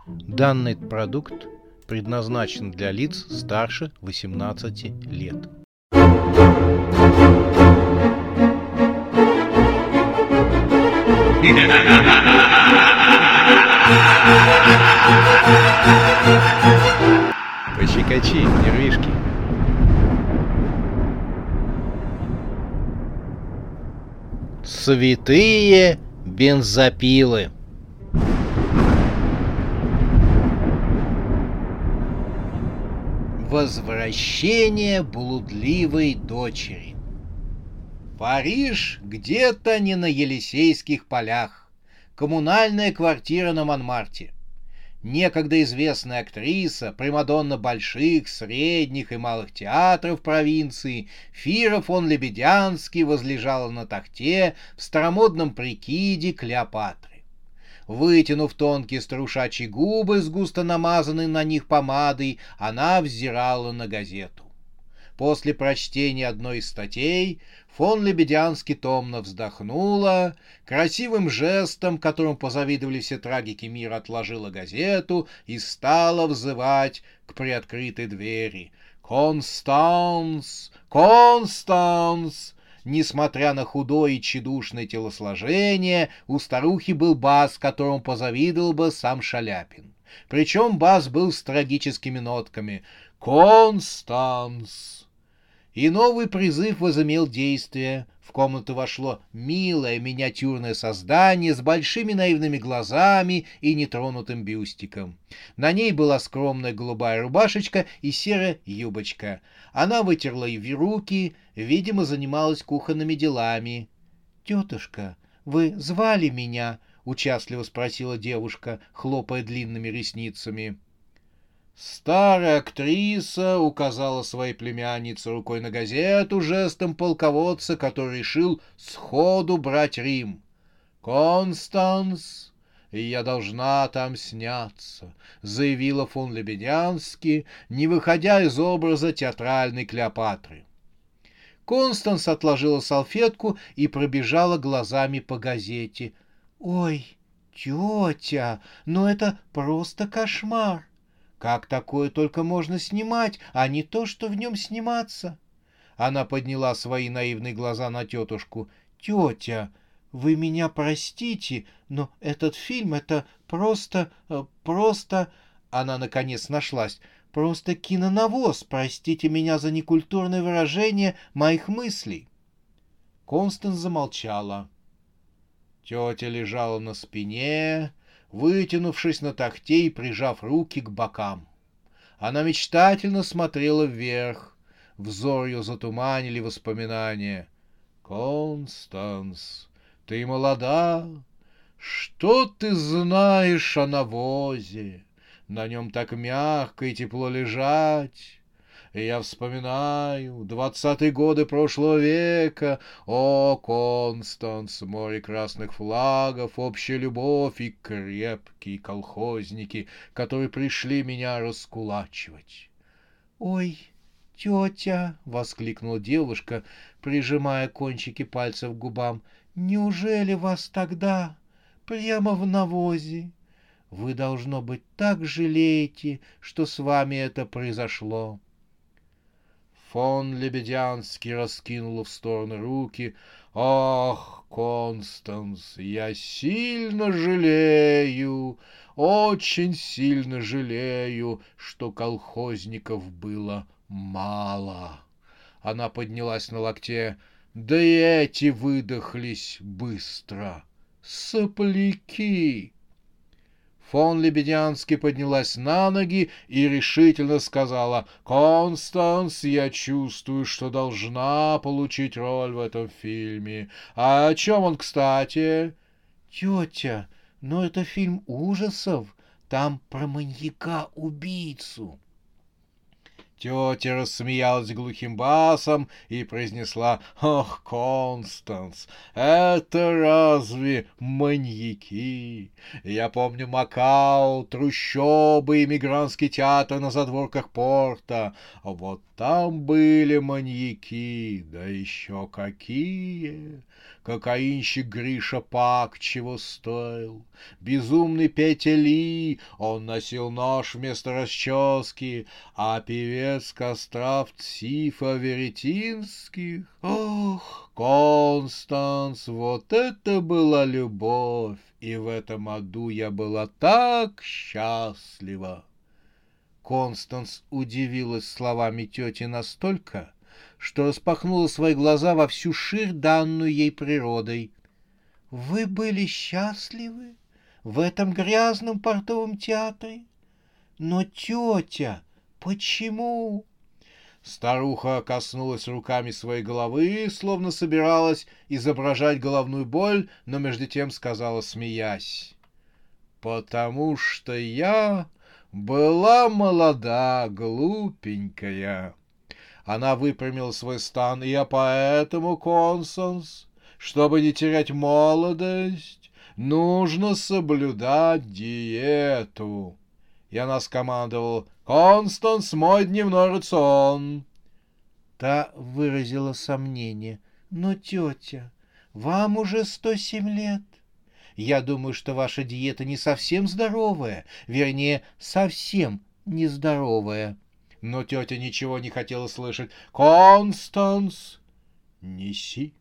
Данный продукт предназначен для лиц старше 18 лет. Пощекочи, нервишки. Святые бензопилы. Возвращение блудливой дочери. Париж где-то не на Елисейских полях. Коммунальная квартира на Монмартре. Некогда известная актриса, примадонна больших, средних и малых театров провинции, Фира фон Лебедянский возлежала на тахте в старомодном прикиде Клеопатры. Вытянув тонкие струшачьи губы с густо намазанной на них помадой, она взирала на газету. После прочтения одной из статей фон Лебедянский томно вздохнула, красивым жестом, которым позавидовали все трагики мира, отложила газету и стала взывать к приоткрытой двери. «Констанс! Констанс!» Несмотря на худое и тщедушное телосложение, у старухи был бас, которому позавидовал бы сам Шаляпин. Причем бас был с трагическими нотками. «Констанс!» И новый призыв возымел действие. В комнату вошло милое миниатюрное создание с большими наивными глазами и нетронутым бюстиком. На ней была скромная голубая рубашечка и серая юбочка. Она вытерла и руки, видимо, занималась кухонными делами. «Тетушка, вы звали меня?» — участливо спросила девушка, хлопая длинными ресницами. Старая актриса указала своей племяннице рукой на газету жестом полководца, который решил сходу брать Рим. «Констанс, я должна там сняться», — заявила фон Лебедянский, не выходя из образа театральной Клеопатры. Констанс отложила салфетку и пробежала глазами по газете. «Ой, тетя, ну это просто кошмар! Как такое только можно снимать, а не то, что в нем сниматься?» Она подняла свои наивные глаза на тетушку. «Тетя, вы меня простите, но этот фильм — это просто... Она наконец нашлась. Просто кинонавоз, простите меня за некультурное выражение моих мыслей». Констанс замолчала. Тетя лежала на спине, вытянувшись на тахте и прижав руки к бокам. Она мечтательно смотрела вверх. Взор ее затуманили воспоминания. «Констанс, ты молода. Что ты знаешь о навозе? На нем так мягко и тепло лежать». Я вспоминаю 20-е годы прошлого века. О, Констанс, море красных флагов, общая любовь и крепкие колхозники, которые пришли меня раскулачивать. «Ой, тетя!» — воскликнула девушка, прижимая кончики пальцев к губам. «Неужели вас тогда прямо в навозе? Вы, должно быть, так жалеете, что с вами это произошло». Фон Лебедянский раскинул в стороны руки. «Ах, Констанс, я сильно жалею, очень сильно жалею, что колхозников было мало». Она поднялась на локте. «Да и эти выдохлись быстро. Сопляки!» Фон Лебедянский поднялась на ноги и решительно сказала: «Констанс, я чувствую, что должна получить роль в этом фильме. А о чем он, кстати?» «Тетя, но это фильм ужасов. Там про маньяка-убийцу». Тетя рассмеялась глухим басом и произнесла: «Ох, Констанс, это разве маньяки? Я помню Макао, трущобы, иммигрантский театр на задворках порта. Вот там были маньяки, да еще какие! Кокаинщик Гриша Пак чего стоил, безумный Петя Ли, он носил нож вместо расчески, а певец Костравт Сифа Веретинских. Ох, Констанс, вот это была любовь, и в этом аду я была так счастлива. Констанс удивилась словами тети настолько, что распахнула свои глаза во всю ширь, данную ей природой. — Вы были счастливы в этом грязном портовом театре? Но, тетя, почему? Старуха коснулась руками своей головы, словно собиралась изображать головную боль, но между тем сказала, смеясь: «Потому что я была молода, глупенькая». Она выпрямила свой стан. «Я поэтому, Констанс, чтобы не терять молодость, нужно соблюдать диету». И она скомандовала: «Констанс, мой дневной рацион». Та выразила сомнение. «Но, тетя, вам уже 107 лет. Я думаю, что ваша диета не совсем здоровая, вернее, совсем нездоровая». Но тетя ничего не хотела слышать. «Констанс, неси».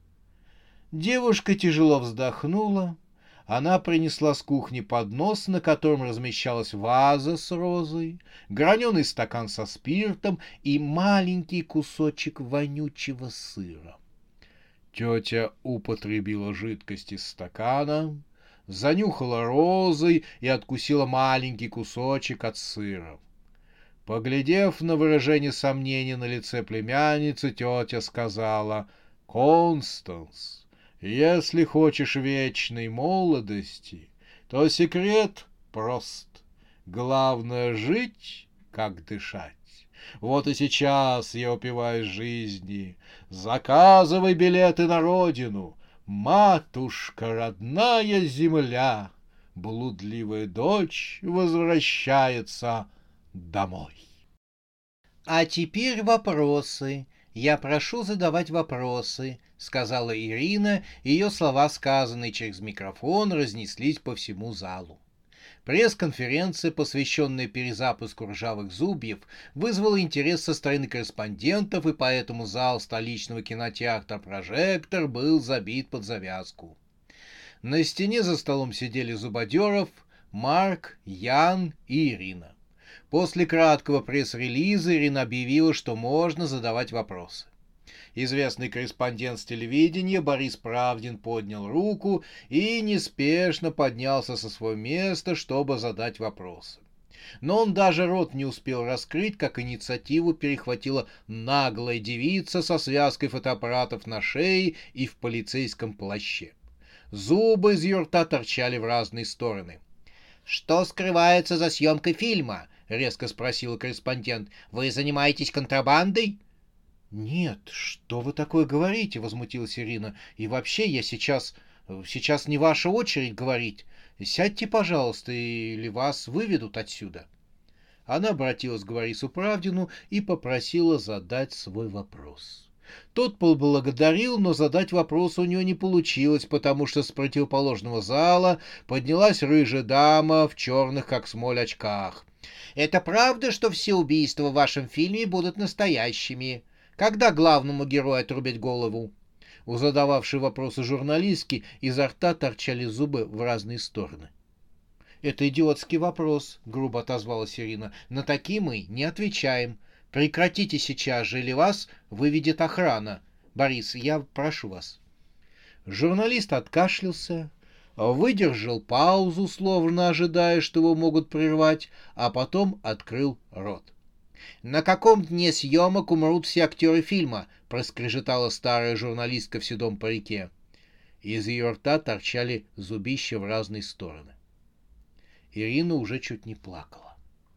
Девушка тяжело вздохнула. Она принесла с кухни поднос, на котором размещалась ваза с розой, граненый стакан со спиртом и маленький кусочек вонючего сыра. Тетя употребила жидкость из стакана, занюхала розой и откусила маленький кусочек от сыра. Поглядев на выражение сомнения на лице племянницы, тетя сказала: «Констанс, если хочешь вечной молодости, то секрет прост. Главное — жить, как дышать. Вот и сейчас я упиваюсь жизни. Заказывай билеты на родину. Матушка, родная земля, блудливая дочь возвращается домой». «А теперь вопросы. Я прошу задавать вопросы», — сказала Ирина. Ее слова, сказанные через микрофон, разнеслись по всему залу. Пресс-конференция, посвященная перезапуску «Ржавых зубьев», вызвала интерес со стороны корреспондентов, и поэтому зал столичного кинотеатра «Прожектор» был забит под завязку. На стене за столом сидели Зубодеров, Марк, Ян и Ирина. После краткого пресс-релиза Ирина объявила, что можно задавать вопросы. Известный корреспондент с телевидения Борис Правдин поднял руку и неспешно поднялся со своего места, чтобы задать вопросы. Но он даже рот не успел раскрыть, как инициативу перехватила наглая девица со связкой фотоаппаратов на шее и в полицейском плаще. Зубы из ее рта торчали в разные стороны. «Что скрывается за съемкой фильма?» — резко спросил корреспондент. «Вы занимаетесь контрабандой?» «Нет, что вы такое говорите?» — возмутилась Ирина. «И вообще я сейчас не ваша очередь говорить. Сядьте, пожалуйста, или вас выведут отсюда». Она обратилась к Борису Правдину и попросила задать свой вопрос. Тот поблагодарил, но задать вопрос у него не получилось, потому что с противоположного зала поднялась рыжая дама в черных, как смоль, очках. «Это правда, что все убийства в вашем фильме будут настоящими? Когда главному герою отрубить голову?» У задававшей вопросы журналистки изо рта торчали зубы в разные стороны. «Это идиотский вопрос», — грубо отозвалась Ирина. «На такие мы не отвечаем. Прекратите сейчас же, или вас выведет охрана. Борис, я прошу вас». Журналист откашлялся, выдержал паузу, словно ожидая, что его могут прервать, а потом открыл рот. «На каком дне съемок умрут все актеры фильма?» — проскрежетала старая журналистка в седом парике. Из ее рта торчали зубища в разные стороны. Ирина уже чуть не плакала.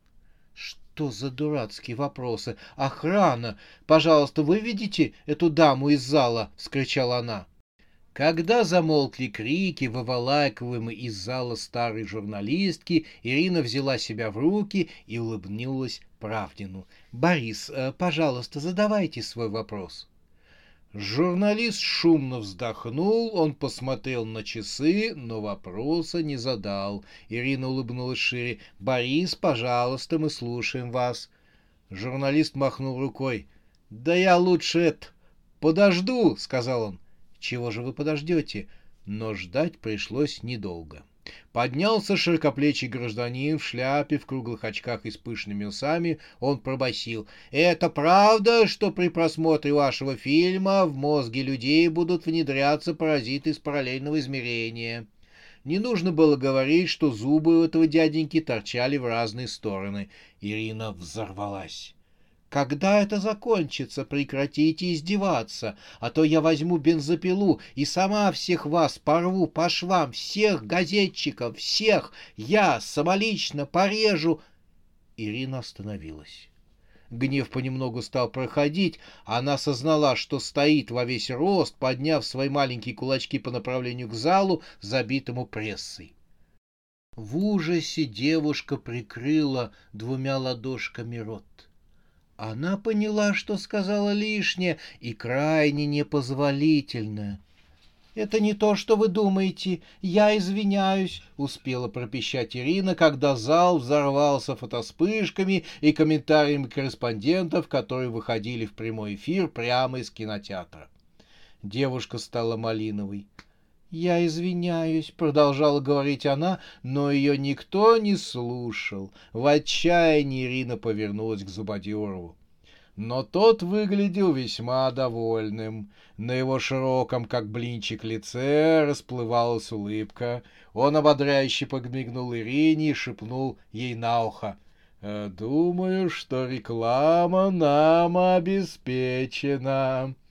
«Что за дурацкие вопросы? Охрана! Пожалуйста, выведите эту даму из зала!» — вскричала она. Когда замолкли крики, выволакиваемые из зала старой журналистки, Ирина взяла себя в руки и улыбнулась Правдину. «Борис, пожалуйста, задавайте свой вопрос». Журналист шумно вздохнул, он посмотрел на часы, но вопроса не задал. Ирина улыбнулась шире. «Борис, пожалуйста, мы слушаем вас». Журналист махнул рукой. «Да я лучше подожду», — сказал он. «Чего же вы подождете?» Но ждать пришлось недолго. Поднялся широкоплечий гражданин в шляпе, в круглых очках и с пышными усами. Он пробасил: «Это правда, что при просмотре вашего фильма в мозги людей будут внедряться паразиты из параллельного измерения?» Не нужно было говорить, что зубы у этого дяденьки торчали в разные стороны. Ирина взорвалась. «Когда это закончится? Прекратите издеваться, а то я возьму бензопилу и сама всех вас порву по швам, всех газетчиков, всех! Я самолично порежу!» Ирина остановилась. Гнев понемногу стал проходить, она осознала, что стоит во весь рост, подняв свои маленькие кулачки по направлению к залу, забитому прессой. В ужасе девушка прикрыла двумя ладошками рот. Она поняла, что сказала лишнее и крайне непозволительное. «Это не то, что вы думаете. Я извиняюсь», — успела пропищать Ирина, когда зал взорвался фотоспышками и комментариями корреспондентов, которые выходили в прямой эфир прямо из кинотеатра. Девушка стала малиновой. «Я извиняюсь», — продолжала говорить она, но ее никто не слушал. В отчаянии Ирина повернулась к Зубодерову. Но тот выглядел весьма довольным. На его широком, как блинчик, лице расплывалась улыбка. Он ободряюще подмигнул Ирине и шепнул ей на ухо: «Думаю, что реклама нам обеспечена».